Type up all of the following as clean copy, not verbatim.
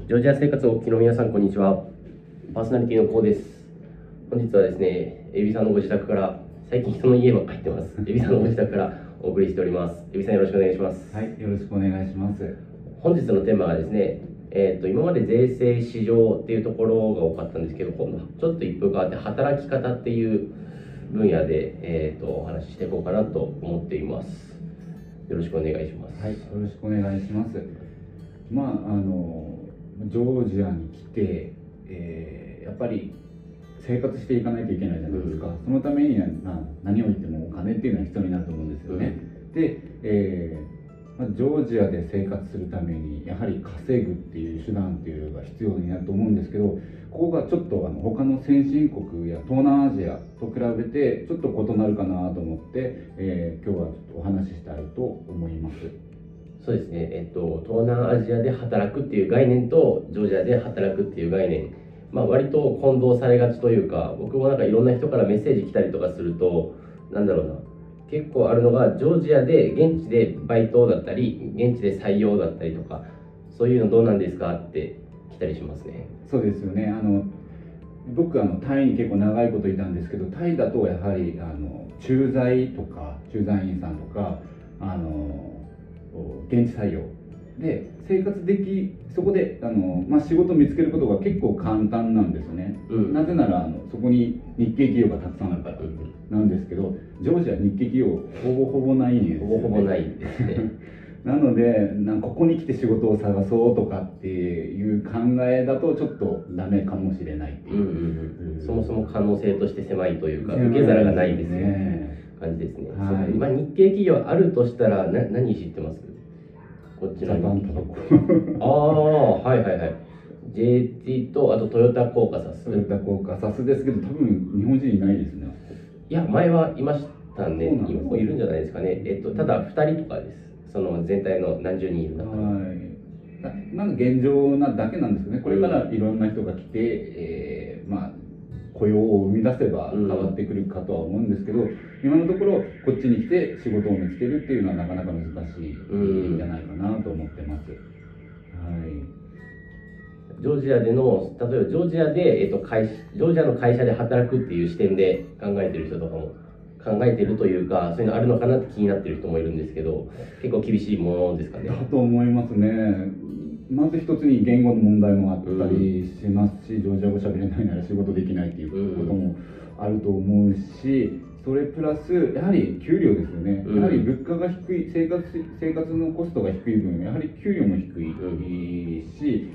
ジョージア生活をお聞きの皆さん、こんにちは。パーソナリティのコウです。本日はですね、エビさんのご自宅から、最近人の家ばっかり行ってます。エビさんのご自宅からお送りしております。エビさん、よろしくお願いします。 はい、よろしくお願いします。 本日のテーマはですね、今まで税制市場っていうところが多かったんですけど、今度ちょっと一風変わって働き方っていう分野で、お話ししていこうかなと思っています。よろしくお願いします。 はい、よろしくお願いします。ジョージアに来て、やっぱり生活していかないといけないじゃないですか。そのためには、何を言ってもお金っていうのは必要になると思うんですよね。で、ジョージアで生活するためにやはり稼ぐっていう手段っていうのが必要になると思うんですけど、ここがちょっと他の先進国や東南アジアと比べてちょっと異なるかなと思って、今日はちょっとお話ししたいと思います。 そうですね、東南アジアで働くっていう概念とジョージアで働くっていう概念、割と混同されがちというか、僕もなんかいろんな人からメッセージ来たりとかすると、結構あるのが、ジョージアで現地でバイトだったり現地で採用だったりとか、そういうのどうなんですかって来たりしますね。 そうですよね。僕タイに結構長いこといたんですけど、タイだとやはり駐在とか駐在員さんとか現地採用で生活でき、そこで仕事を見つけることが結構簡単なんですよね。なぜならそこに日系企業がたくさんあるからなんですけど、ジョージア日系企業ほぼないんですよね。 ほぼないですね。 なのでここに来て仕事を探そうとかっていう考えだとちょっ系ダメかもしれないっていう、 そもそも可能性として狭いというか、受け皿がないですよね。感じですね。はい、日系企業あるとしたら何知ってます？こっちのジャパンタバコ。 はいはいはい。JT とあとトヨタコーカサス。 トヨタコーカサスですけど、多分日本人いないですね。 いや、前はいましたんで、今もいるんじゃないですかね。ただ2人とかです。その全体の何十人いる中に。 なんか現状なだけなんですよね。これからいろんな人が来て、雇用を生み出せば変わってくるかとは思うんですけど、今のところこっちに来て仕事を見つけるっていうのはなかなか難しいんじゃないかなと思ってます。 ジョージアでの、例えばジョージアで、ジョージアの会社で働くっていう視点で考えてる人とかも、考えてるというか、そういうのあるのかなって気になってる人もいるんですけど、結構厳しいものですかね。 だと思いますね。まず一つに言語の問題もあったりしますし、ジョージア語喋れないなら仕事できないっていうこともあると思うし、それプラスやはり給料ですよね。やはり物価が低い、生活のコストが低い分、やはり給料も低いし、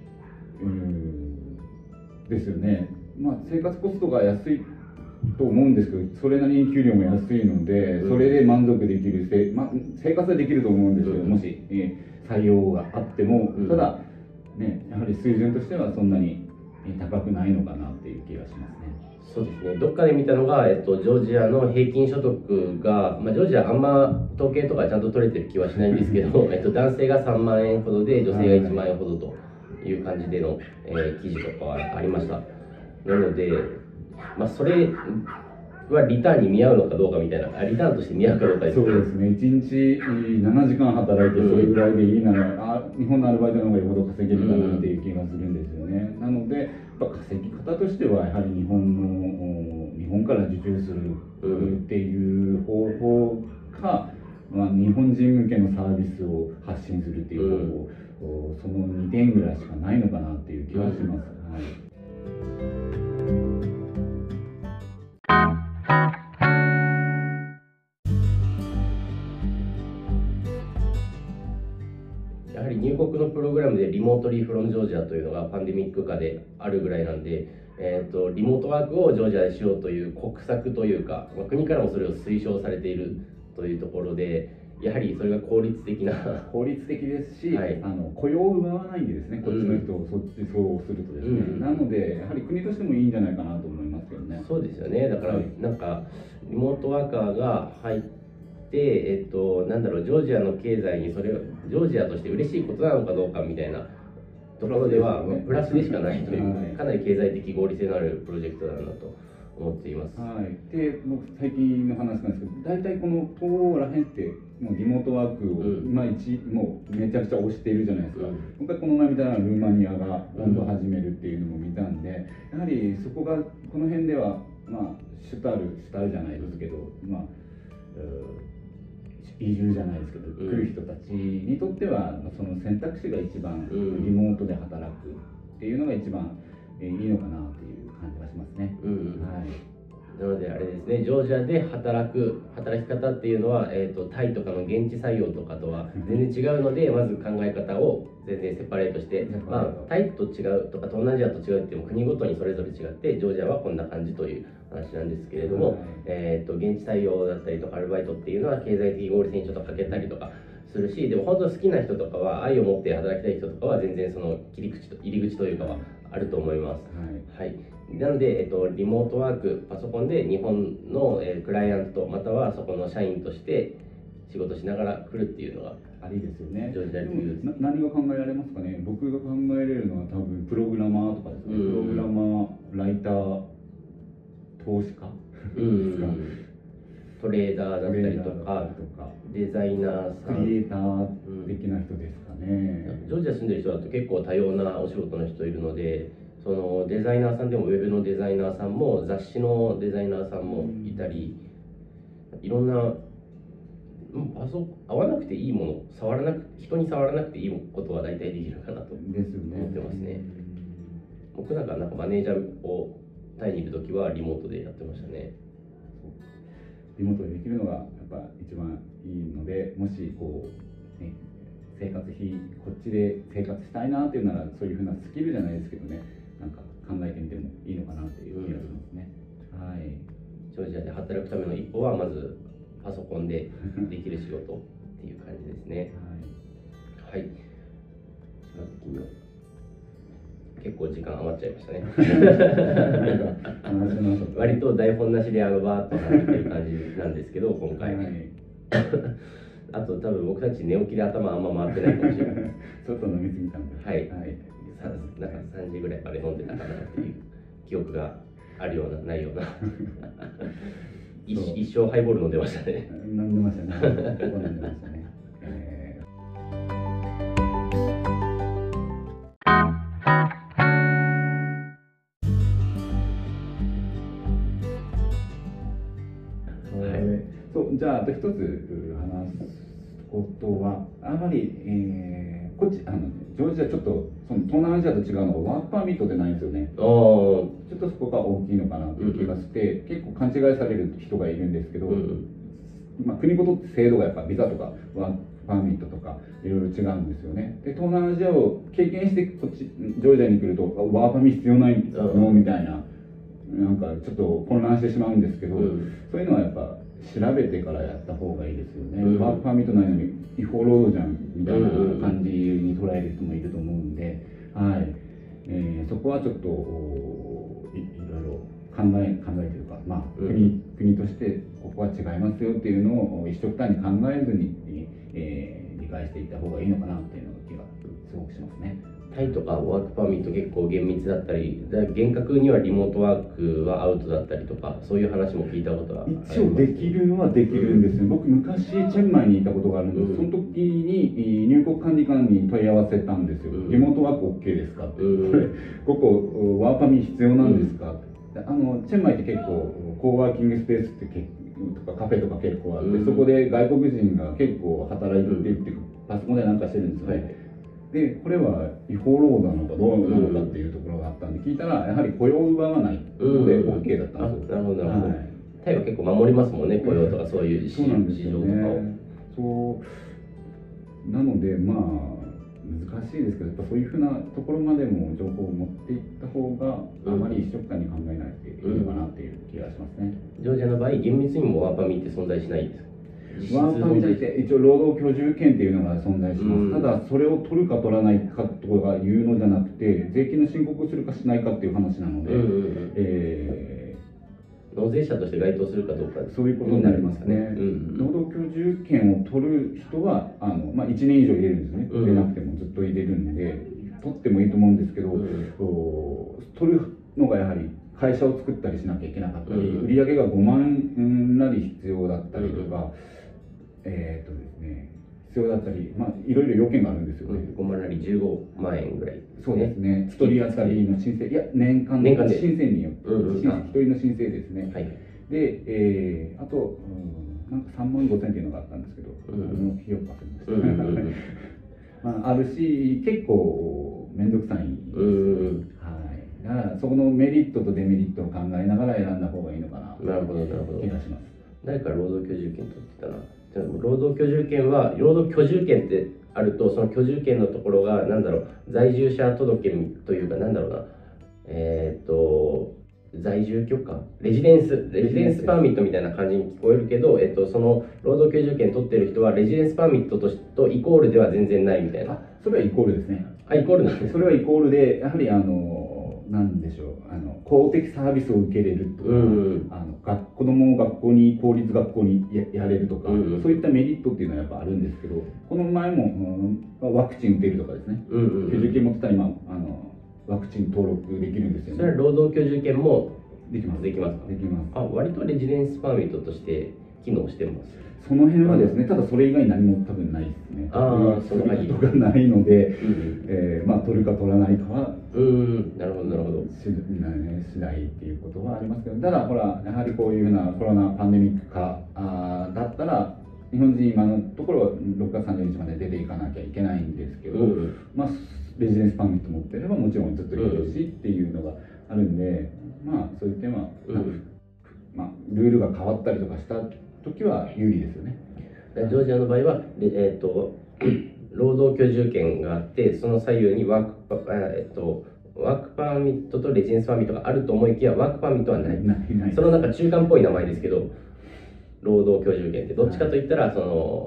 ですよね。生活コストが安いと思うんですけど、それなりに給料も安いので、それで満足できる生活はできると思うんですけど、もし、採用があっても、ただ、やはり水準としてはそんなに高くないのかなっていう気がしますね。 そうですね。どっかで見たのが、ジョージアの平均所得が、ジョージアあんま統計とかちゃんと取れてる気はしないんですけど、男性が3万円ほどで女性が1万円ほどという感じでの、記事とかはありました。なので、それはリターンに見合うのかどうかみたいな、リターンとして見合うかどうかですね。 そうですね。1日7時間働いてそれぐらいでいいなら、日本のアルバイトの方がよほど稼げるかなっていう気がするんですよね。なので、稼ぎ方としてはやはり日本から受注するっていう方法か、日本人向けのサービスを発信するっていう方法、その2点ぐらいしかないのかなっていう気はします。 やはり入国のプログラムでリモートリーフロムジョージアというのがパンデミック下であるぐらいなんで、リモートワークをジョージアでしようという国策というか、国からもそれを推奨されているというところで、やはりそれが効率的ですし、雇用を奪わないんでですね、こっちの人をそうするとですね、なのでやはり国としてもいいんじゃないかなと思いますけどね。 そうですよね。だから、リモートワーカーが入って、ジョージアの経済にそれをジョージアとして嬉しいことなのかどうかみたいなところではプラスでしかないという、かなり経済的合理性のあるプロジェクトだなと思っています。 で、僕最近の話なんですけど、大体この東欧らへんってもうリモートワークを、 うんもうめちゃくちゃ推しているじゃないですか、 うん今回この前みたいなルーマニアが今度始めるっていうのも見たんで、やはりそこがこの辺では主たるじゃないですけど、移住じゃないですけど、来る人たちにとってはその選択肢が一番、リモートで働くっていうのが一番いいのかなっていう感じがしますね。はい、 なのであれですね、ジョージアで働き方っていうのは、タイとかの現地採用とかとは全然違うので、まず考え方を全然セパレートして、タイと違うとか東南アジアと違うっていうのも国ごとにそれぞれ違って、ジョージアはこんな感じという話なんですけれども、現地採用だったりとかアルバイトっていうのは経済的合理性にちょっと欠けたりとかするし、でも本当好きな人とかは愛を持って働きたい人とかは全然その入り口というかはあると思います。はい、なので、リモートワーク、パソコンで日本の、クライアントとまたはそこの社員として仕事しながら来るっていうのがありですよね。 ジョージア流です。 何が考えられますかね。僕が考えれるのは多分プログラマーとかですね。プログラマー、ライター、投資家ですか。 トレーダーだったりとかデザイナーさん、 クリエイター的な人ですかね。 ジョージア住んでる人だと結構多様なお仕事の人いるので、そのデザイナーさんでもウェブのデザイナーさんも雑誌のデザイナーさんもいたり、いろんな合わなくていいもの、人に触らなくていいことは大体できるかなと思ってますね。僕なんかマネージャーをタイにいる時はリモートでやってましたね。 リモートでできるのがやっぱ一番いいので、もし生活費こっちで生活したいなっていうなら、そういうふうなスキルじゃないですけどね、なんか考えてみてもいいのかなっていう気がしますね。はい。 ジョージアで働くための一歩はまずパソコンでできる仕事っていう感じですね。はい。結構時間余っちゃいましたね。割と台本なしでバーッと話してる感じなんですけど、今回。あと多分僕たち寝起きで頭あんま回ってないかもしれない。 ちょっと飲みすぎたんで。 はい。なんか3時ぐらいまで飲んでたかなっていう記憶があるようなないような。一生ハイボール飲んでましたね。 飲んでましたね。飲んでましたね。じゃああと一つ話すことは、あまり、こっちジョージアちょっとその東南アジアと違うのがワークパーミットでないんですよね。ちょっとそこが大きいのかなという気がして、結構勘違いされる人がいるんですけど、国ごと制度がやっぱビザとかワークパーミットとかいろいろ違うんですよね。で東南アジアを経験してこっちジョージアに来るとワークパーミ必要ないのみたいな、なんかちょっと混乱してしまうんですけど、そういうのはやっぱ調べてからやった方がいいですよね。ワークパーミットないのに違法労働じゃんみたいな感じに捉える人もいると思うんで、はい、そこはちょっといろいろ考えというか、国としてここは違いますよっていうのを一緒くたに考えずに、理解していった方がいいのかなっていうのが気がすごくしますね。 タイとかワークパーミット結構厳密だったり、厳格にはリモートワークはアウトだったりとか、そういう話も聞いたことはあります。 一応できるのはできるんですね。僕昔チェンマイにいたことがあるんです、その時に入国管理官に問い合わせたんですよ。リモートワーク OK ですかって、ここワーパミ必要なんですかって。チェンマイって結構コーワーキングスペースってとかカフェとか結構あって、そこで外国人が結構働いてるっていうか、パソコンでなんかしてるんですよね。でこれは違法労働なのかどうなのかっていうところがあったんで聞いたら、やはり雇用を奪わないので OK だったんですよ。 なるほどなるほど。タイは結構守りますもんね、雇用とかそういう市場とかを。 そうなので難しいですけど、やっぱそういうふうなところまでも情報を持っていった方があまり一緒くたに考えないといいのかなっていう気がしますね。 ジョージアの場合厳密にもワーパミって存在しないんですか？ ワーパミって一応労働居住権っていうのが存在します、ただそれを取るか取らないかとかいうのじゃなくて、税金の申告をするかしないかっていう話なので、 納税者として該当するかどうか、 そういうことになりますね。労働居住権を取る人は1年以上入れるんですね、出なくてもずっと入れるんで取ってもいいと思うんですけど、取るのがやはり会社を作ったりしなきゃいけなかったり、売上が5万なり必要だったりとか、 ですね、必要だったり、いろいろ要件があるんですよね。 5万なり15万円ぐらい、ね。 そうですね。1人当たりの申請、いや、年間で申請によって、1人の申請ですね。 はい、 で、あと、なんか3万5千っていうのがあったんですけど、費用かかりました。あるし、結構面倒くさいんですよ。はい。だからそこのメリットとデメリットを考えながら選んだ方がいいのかな。 なるほど、なるほど。 気がします。 誰か労働居住権取ってたな。じゃあ労働居住権は、労働居住権ってあると、その居住権のところが、なんだろう、在住者届というか、なんだろうな、在住許可レジデンスパーミットみたいな感じに聞こえるけど、その労働居住権取ってる人はレジデンスパーミットとイコールでは全然ないみたいな。 それはイコールですね。 イコールなんです。 それはイコールで、やはりなんでしょう、公的サービスを受けれるとか、子供を学校に公立学校にやれるとか、そういったメリットっていうのはやっぱあるんですけど、この前も、ワクチン打てるとかですね、居住権持ってたら今ワクチン登録できるんですよね。 それは労働居住権もできます。 できますか？ できます。 割とレジデンスパーミットとして機能してます。 その辺はですね、ただそれ以外何も多分ないですね。そのことがないので、取るか取らないかは、 なるほど、なるほど。 次第っていうことはありますけど、ただほら、やはりこういうふうなコロナパンデミック化だったら、日本人今のところは6月30日まで出ていかなきゃいけないんですけど、レジデンスパーミット持ってればもちろんずっといるしっていうのがあるんで、そういう点は、ルールが変わったりとかした時は有利ですよね。 ジョージアの場合は、労働居住権があって、その左右にワークパーミットとレジデンスパーミットがあると思いきや、ワークパーミットはない。そのなんか中間っぽい名前ですけど、労働居住権ってどっちかといったら、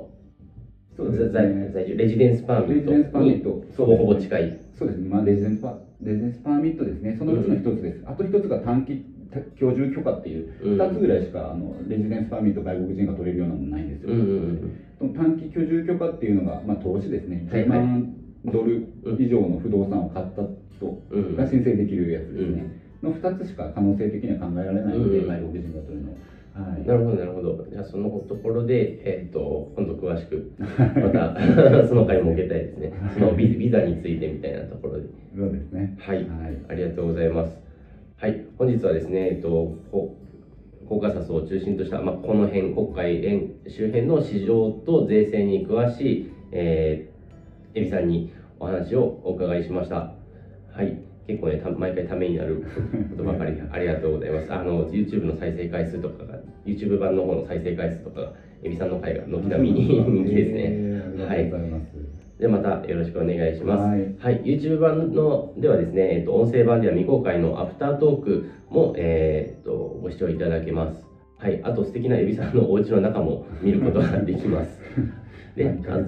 レジデンスパーミットにほぼほぼ近い。 そうですね、レジデンスパーミットですね、そのうちの一つです。あと一つが短期居住許可っていう、2つぐらいしかレジデンスパーミット外国人が取れるようなものないんですよ。短期居住許可っていうのが、投資ですね、10万ドル以上の不動産を買った人が申請できるやつですね、の2つしか可能性的には考えられないので、外国人が取るの。 なるほど、なるほど。じゃあそのところで、今度詳しくまたその回も受けたいですね。そのビザについてみたいなところで。 そうですね。 はい、ありがとうございます。はい、本日はですね、コーカサスを中心とした、この辺、黒海周辺の市場と税制に詳しい、エビさんにお話をお伺いしました。はい。結構ね、毎回ためになることばかりありがとうございます。YouTube の再生回数とかが、YouTube 版の方の再生回数とかが、エビさんの回が軒並みに人気ですね。 ありがとうございます。 で、またよろしくお願いします。はい、YouTube 版ではですね、音声版では未公開のアフタートークも、ご視聴いただけます。はい、あと素敵なエビさんのお家の中も見ることができます。で、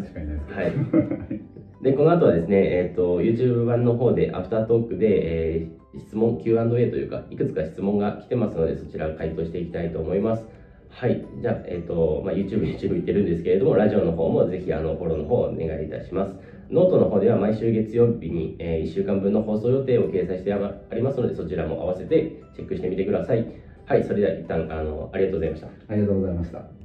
で、この後はですね、YouTube 版の方でアフタートークで、質問 Q&A というか、いくつか質問が来てますので、そちらを回答していきたいと思います。はい、じゃあ、YouTube 言ってるんですけれども、ラジオの方もぜひフォローの方をお願いいたします。ノートの方では毎週月曜日に、1週間分の放送予定を掲載してありますので、そちらも合わせてチェックしてみてください。はい、それでは一旦ありがとうございました。 ありがとうございました。